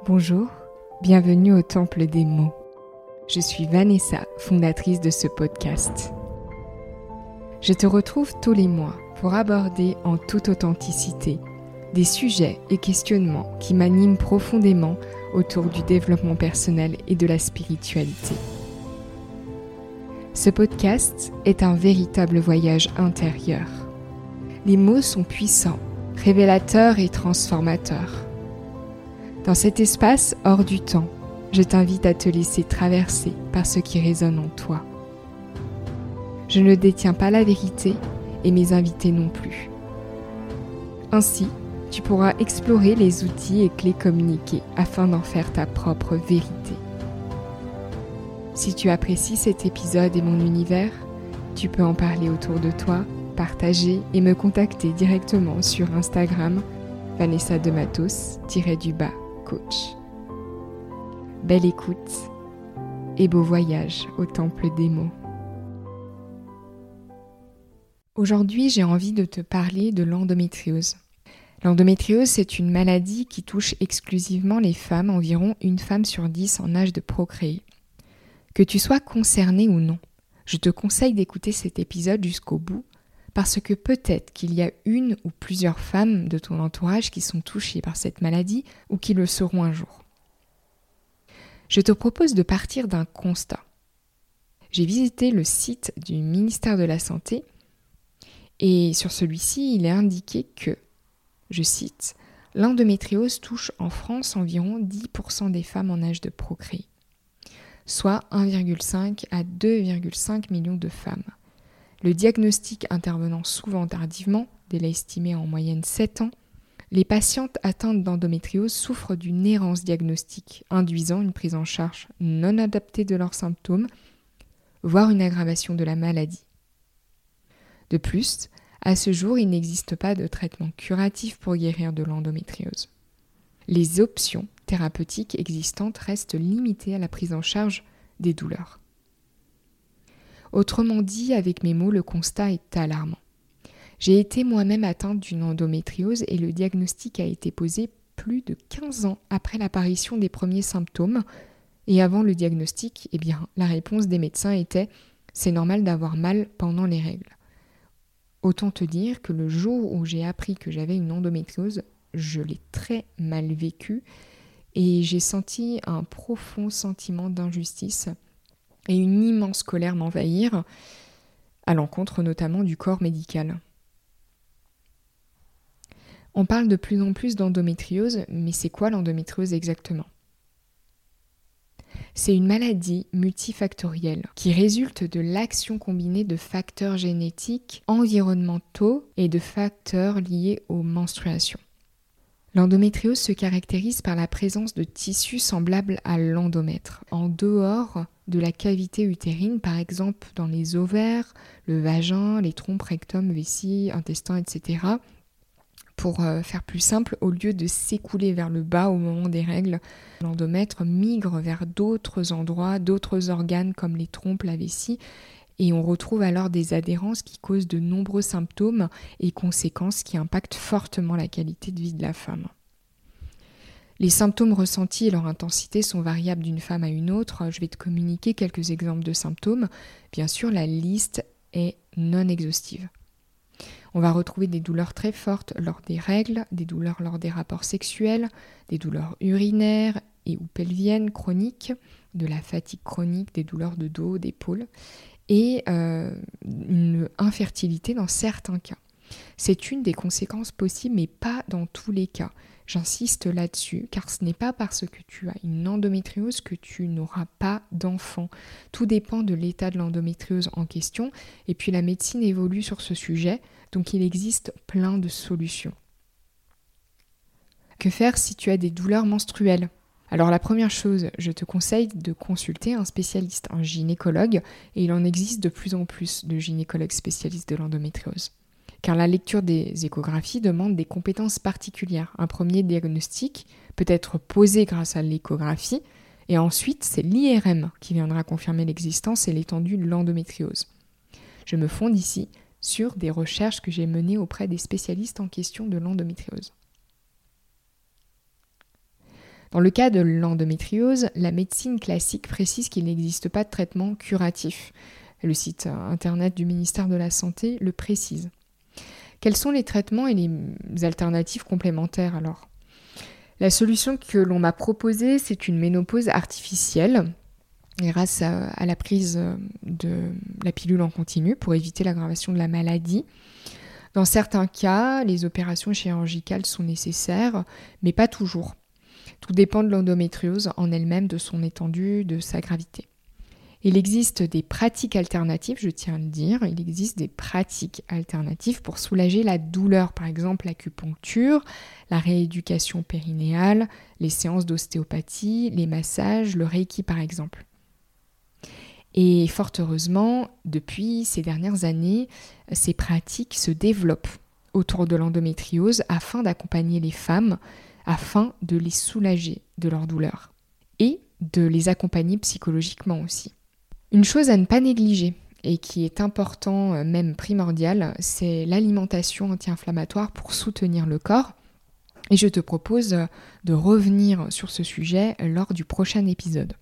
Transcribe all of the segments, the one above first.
Bonjour, bienvenue au Temple des mots. Je suis Vanessa, fondatrice de ce podcast. Je te retrouve tous les mois pour aborder en toute authenticité des sujets et questionnements qui m'animent profondément autour du développement personnel et de la spiritualité. Ce podcast est un véritable voyage intérieur. Les mots sont puissants, révélateurs et transformateurs. Dans cet espace hors du temps, je t'invite à te laisser traverser par ce qui résonne en toi. Je ne détiens pas la vérité et mes invités non plus. Ainsi, tu pourras explorer les outils et clés communiqués afin d'en faire ta propre vérité. Si tu apprécies cet épisode et mon univers, tu peux en parler autour de toi, partager et me contacter directement sur Instagram Vanessa de Matos-coach. Belle écoute et beau voyage au temple des mots. Aujourd'hui, j'ai envie de te parler de l'endométriose. L'endométriose, c'est une maladie qui touche exclusivement les femmes, environ une femme sur 10 en âge de procréer. Que tu sois concerné ou non, je te conseille d'écouter cet épisode jusqu'au bout parce que peut-être qu'il y a une ou plusieurs femmes de ton entourage qui sont touchées par cette maladie ou qui le seront un jour. Je te propose de partir d'un constat. J'ai visité le site du ministère de la Santé et sur celui-ci, il est indiqué que, je cite, « L'endométriose touche en France environ 10% des femmes en âge de procréer, soit 1,5 à 2,5 millions de femmes. Le diagnostic intervenant souvent tardivement, délai estimé en moyenne 7 ans, les patientes atteintes d'endométriose souffrent d'une errance diagnostique, induisant une prise en charge non adaptée de leurs symptômes, voire une aggravation de la maladie. De plus, à ce jour, il n'existe pas de traitement curatif pour guérir de l'endométriose. Les options thérapeutiques existantes restent limitées à la prise en charge des douleurs. Autrement dit, avec mes mots, le constat est alarmant. J'ai été moi-même atteinte d'une endométriose et le diagnostic a été posé plus de 15 ans après l'apparition des premiers symptômes. Et avant le diagnostic, la réponse des médecins était « c'est normal d'avoir mal pendant les règles ». Autant te dire que le jour où j'ai appris que j'avais une endométriose, je l'ai très mal vécu et j'ai senti un profond sentiment d'injustice et une immense colère m'envahir, à l'encontre notamment du corps médical. On parle de plus en plus d'endométriose, mais c'est quoi l'endométriose exactement ? C'est une maladie multifactorielle qui résulte de l'action combinée de facteurs génétiques, environnementaux et de facteurs liés aux menstruations. L'endométriose se caractérise par la présence de tissus semblables à l'endomètre, en dehors de la cavité utérine, par exemple dans les ovaires, le vagin, les trompes, rectum, vessie, intestin, etc. Pour faire plus simple, au lieu de s'écouler vers le bas au moment des règles, l'endomètre migre vers d'autres endroits, d'autres organes comme les trompes, la vessie, et on retrouve alors des adhérences qui causent de nombreux symptômes et conséquences qui impactent fortement la qualité de vie de la femme. Les symptômes ressentis et leur intensité sont variables d'une femme à une autre. Je vais te communiquer quelques exemples de symptômes. Bien sûr, la liste est non exhaustive. On va retrouver des douleurs très fortes lors des règles, des douleurs lors des rapports sexuels, des douleurs urinaires et ou pelviennes chroniques, de la fatigue chronique, des douleurs de dos, d'épaule et une infertilité dans certains cas. C'est une des conséquences possibles, mais pas dans tous les cas. J'insiste là-dessus, car ce n'est pas parce que tu as une endométriose que tu n'auras pas d'enfant. Tout dépend de l'état de l'endométriose en question, et puis la médecine évolue sur ce sujet, donc il existe plein de solutions. Que faire si tu as des douleurs menstruelles ? Alors la première chose, je te conseille de consulter un spécialiste, un gynécologue, et il en existe de plus en plus de gynécologues spécialistes de l'endométriose. Car la lecture des échographies demande des compétences particulières. Un premier diagnostic peut être posé grâce à l'échographie, et ensuite c'est l'IRM qui viendra confirmer l'existence et l'étendue de l'endométriose. Je me fonde ici sur des recherches que j'ai menées auprès des spécialistes en question de l'endométriose. Dans le cas de l'endométriose, la médecine classique précise qu'il n'existe pas de traitement curatif. Le site internet du ministère de la Santé le précise. Quels sont les traitements et les alternatives complémentaires alors ? La solution que l'on m'a proposée, c'est une ménopause artificielle grâce à la prise de la pilule en continu pour éviter l'aggravation de la maladie. Dans certains cas, les opérations chirurgicales sont nécessaires, mais pas toujours. Tout dépend de l'endométriose en elle-même, de son étendue, de sa gravité. Il existe des pratiques alternatives, je tiens à le dire, il existe des pratiques alternatives pour soulager la douleur, par exemple l'acupuncture, la rééducation périnéale, les séances d'ostéopathie, les massages, le reiki par exemple. Et fort heureusement, depuis ces dernières années, ces pratiques se développent autour de l'endométriose afin d'accompagner les femmes, afin de les soulager de leur douleur et de les accompagner psychologiquement aussi. Une chose à ne pas négliger et qui est important, même primordial, c'est l'alimentation anti-inflammatoire pour soutenir le corps. Et je te propose de revenir sur ce sujet lors du prochain épisode.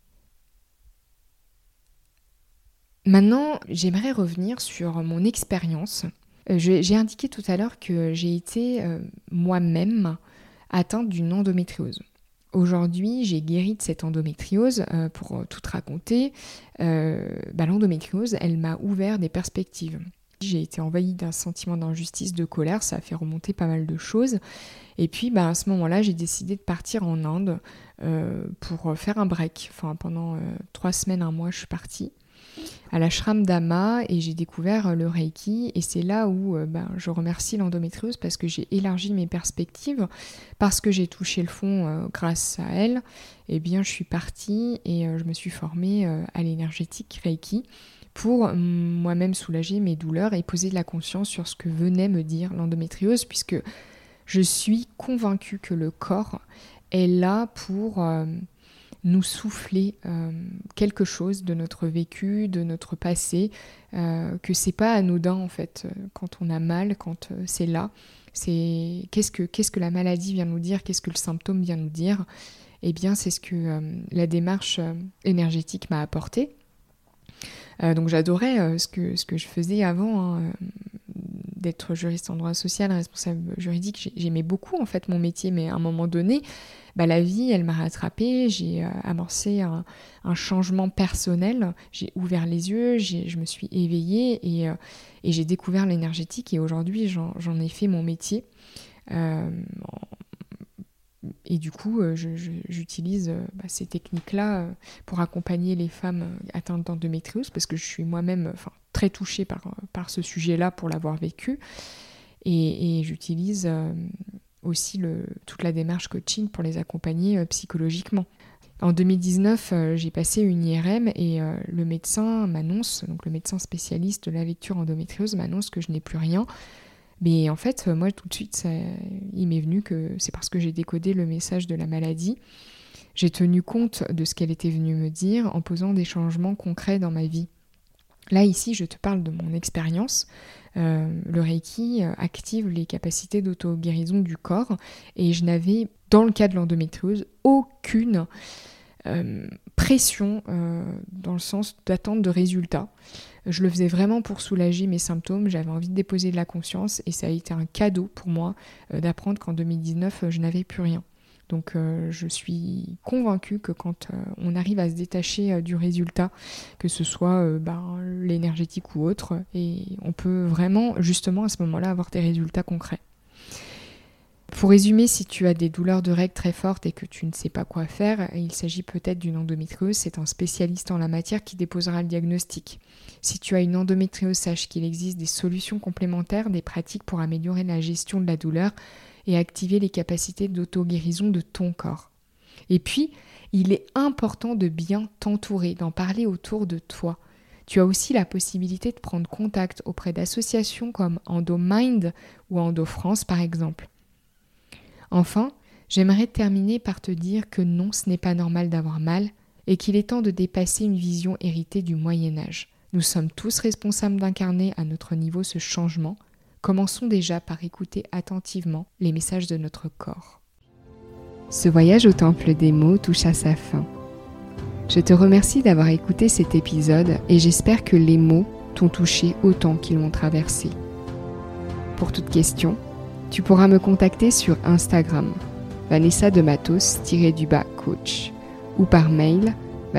Maintenant, j'aimerais revenir sur mon expérience. J'ai indiqué tout à l'heure que j'ai été moi-même atteinte d'une endométriose. Aujourd'hui, j'ai guéri de cette endométriose. Pour tout te raconter, l'endométriose, elle m'a ouvert des perspectives. J'ai été envahie d'un sentiment d'injustice, de colère, ça a fait remonter pas mal de choses. Et puis, à ce moment-là, j'ai décidé de partir en Inde pour faire un break. Pendant 3 semaines, 1 mois, je suis partie à l'ashram d'Ama et j'ai découvert le Reiki. Et c'est là où je remercie l'endométriose parce que j'ai élargi mes perspectives, parce que j'ai touché le fond grâce à elle. Eh bien, je suis partie et je me suis formée à l'énergétique Reiki pour moi-même soulager mes douleurs et poser de la conscience sur ce que venait me dire l'endométriose, puisque je suis convaincue que le corps est là pour nous souffler quelque chose de notre vécu, de notre passé, que c'est pas anodin en fait quand on a mal, quand c'est là. C'est qu'est-ce que la maladie vient nous dire, qu'est-ce que le symptôme vient nous dire. Eh bien, c'est ce que la démarche énergétique m'a apporté. Donc j'adorais ce que je faisais avant, d'être juriste en droit social, responsable juridique. J'aimais beaucoup en fait mon métier, mais à un moment donné, la vie, elle m'a rattrapée. J'ai amorcé un changement personnel. J'ai ouvert les yeux, je me suis éveillée et j'ai découvert l'énergétique. Et aujourd'hui, j'en ai fait mon métier. Et du coup, j'utilise ces techniques-là pour accompagner les femmes atteintes d'endométriose parce que je suis moi-même très touchée par ce sujet-là pour l'avoir vécu. Et j'utilise aussi toute la démarche coaching pour les accompagner psychologiquement. En 2019, j'ai passé une IRM et le médecin m'annonce, donc le médecin spécialiste de la lecture endométriose m'annonce que je n'ai plus rien. Mais en fait, moi, tout de suite, il m'est venu que c'est parce que j'ai décodé le message de la maladie. J'ai tenu compte de ce qu'elle était venue me dire en posant des changements concrets dans ma vie. Là, ici, je te parle de mon expérience. Le Reiki active les capacités d'auto-guérison du corps et je n'avais, dans le cas de l'endométriose, aucune pression dans le sens d'attente de résultats. Je le faisais vraiment pour soulager mes symptômes, j'avais envie de déposer de la conscience et ça a été un cadeau pour moi d'apprendre qu'en 2019, je n'avais plus rien. Donc je suis convaincue que quand on arrive à se détacher du résultat, que ce soit l'énergétique ou autre, et on peut vraiment justement à ce moment-là avoir des résultats concrets. Pour résumer, si tu as des douleurs de règles très fortes et que tu ne sais pas quoi faire, il s'agit peut-être d'une endométriose, c'est un spécialiste en la matière qui déposera le diagnostic. Si tu as une endométriose, sache qu'il existe des solutions complémentaires, des pratiques pour améliorer la gestion de la douleur et activer les capacités d'auto-guérison de ton corps. Et puis, il est important de bien t'entourer, d'en parler autour de toi. Tu as aussi la possibilité de prendre contact auprès d'associations comme EndoMind ou EndoFrance par exemple. Enfin, j'aimerais terminer par te dire que non, ce n'est pas normal d'avoir mal et qu'il est temps de dépasser une vision héritée du Moyen-Âge. Nous sommes tous responsables d'incarner à notre niveau ce changement. Commençons déjà par écouter attentivement les messages de notre corps. Ce voyage au temple des mots touche à sa fin. Je te remercie d'avoir écouté cet épisode et j'espère que les mots t'ont touché autant qu'ils m'ont traversé. Pour toute question, tu pourras me contacter sur Instagram, vanessa_de_matos_coach ou par mail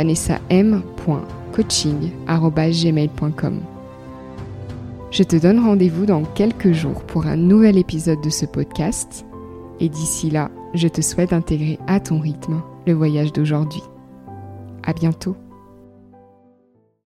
vanessam.coaching@gmail.com. Je te donne rendez-vous dans quelques jours pour un nouvel épisode de ce podcast et d'ici là, je te souhaite d'intégrer à ton rythme le voyage d'aujourd'hui. À bientôt.